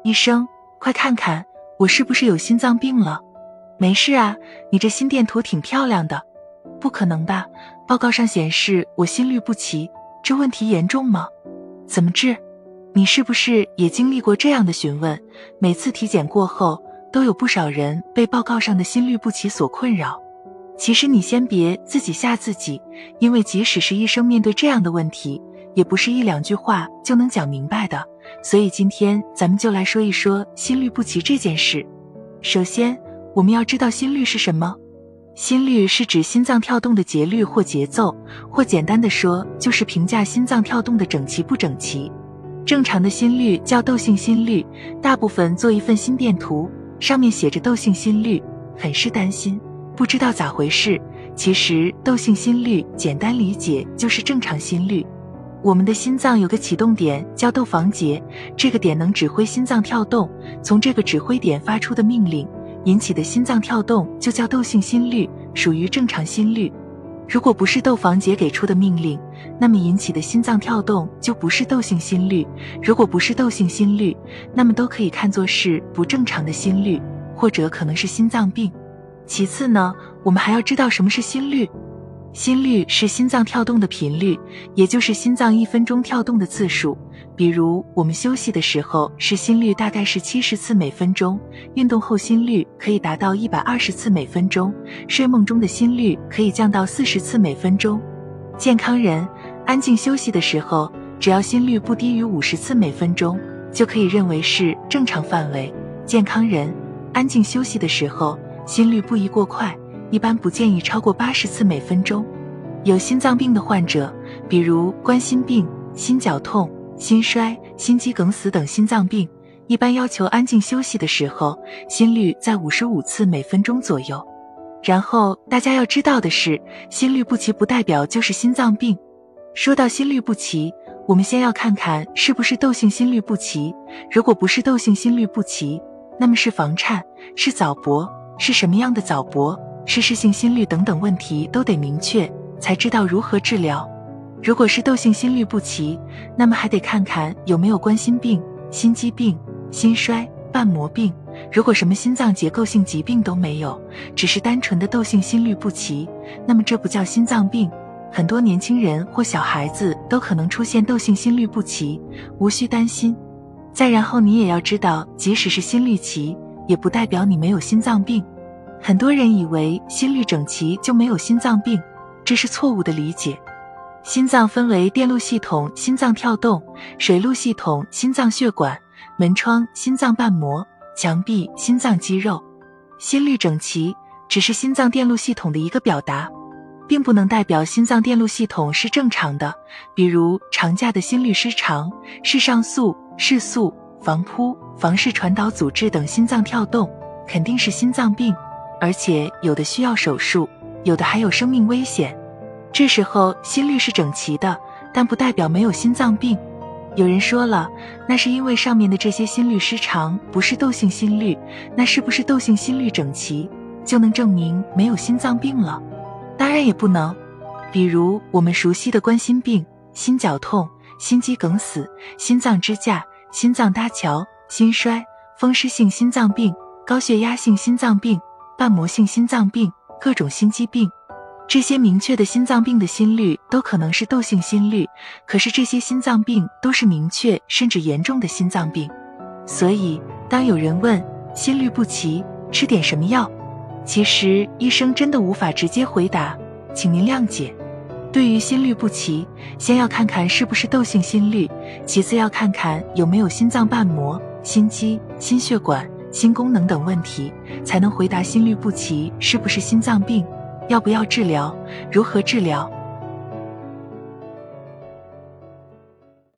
医生，快看看，我是不是有心脏病了？没事啊，你这心电图挺漂亮的。不可能吧，报告上显示我心律不齐，这问题严重吗？怎么治？你是不是也经历过这样的询问？每次体检过后，都有不少人被报告上的心律不齐所困扰。其实你先别自己吓自己，因为即使是医生面对这样的问题，也不是一两句话就能讲明白的。所以今天咱们就来说一说心律不齐这件事。首先，我们要知道心律是什么。心律是指心脏跳动的节律或节奏，或简单的说，就是评价心脏跳动的整齐不整齐。正常的心率叫窦性心律，大部分做一份心电图，上面写着窦性心律，很是担心，不知道咋回事。其实窦性心律简单理解就是正常心律。我们的心脏有个启动点叫窦房结，这个点能指挥心脏跳动，从这个指挥点发出的命令引起的心脏跳动就叫窦性心律，属于正常心律。如果不是窦房结给出的命令，那么引起的心脏跳动就不是窦性心律。如果不是窦性心律，那么都可以看作是不正常的心律，或者可能是心脏病。其次呢，我们还要知道什么是心率。心率是心脏跳动的频率，也就是心脏1分钟跳动的次数。比如我们休息的时候是心率大概是70次每分钟，运动后心率可以达到120次每分钟，睡梦中的心率可以降到40次每分钟。健康人安静休息的时候，只要心率不低于50次每分钟，就可以认为是正常范围。健康人安静休息的时候，心率不宜过快，一般不建议超过80次每分钟。有心脏病的患者，比如冠心病、心绞痛、心衰、心肌梗死等心脏病，一般要求安静休息的时候，心率在55次每分钟左右。然后大家要知道的是，心律不齐不代表就是心脏病。说到心律不齐，我们先要看看是不是窦性心律不齐。如果不是窦性心律不齐，那么是房颤，是早搏，是什么样的早搏，是室性心律等等问题都得明确，才知道如何治疗。如果是窦性心律不齐，那么还得看看有没有冠心病、心肌病、心衰、瓣膜病。如果什么心脏结构性疾病都没有，只是单纯的窦性心律不齐，那么这不叫心脏病。很多年轻人或小孩子都可能出现窦性心律不齐，无需担心。再然后你也要知道，即使是心律齐，也不代表你没有心脏病。很多人以为心律整齐就没有心脏病，这是错误的理解。心脏分为电路系统心脏跳动、水路系统心脏血管、门窗心脏瓣膜、墙壁心脏肌肉。心律整齐只是心脏电路系统的一个表达，并不能代表心脏电路系统是正常的。比如常见的心律失常、室上素、室素、房扑、房室传导阻滞等心脏跳动，肯定是心脏病，而且有的需要手术，有的还有生命危险。这时候心律是整齐的，但不代表没有心脏病。有人说了，那是因为上面的这些心律失常不是窦性心律，那是不是窦性心律整齐就能证明没有心脏病了？当然也不能。比如我们熟悉的冠心病、心绞痛、心肌梗死、心脏支架、心脏搭桥、心衰、风湿性心脏病、高血压性心脏病、瓣膜性心脏病、各种心肌病，这些明确的心脏病的心律都可能是窦性心律，可是这些心脏病都是明确甚至严重的心脏病。所以当有人问心律不齐吃点什么药，其实医生真的无法直接回答，请您谅解。对于心律不齐，先要看看是不是窦性心律，其次要看看有没有心脏瓣膜、心肌、心血管、心功能等问题，才能回答心律不齐是不是心脏病，要不要治疗，如何治疗。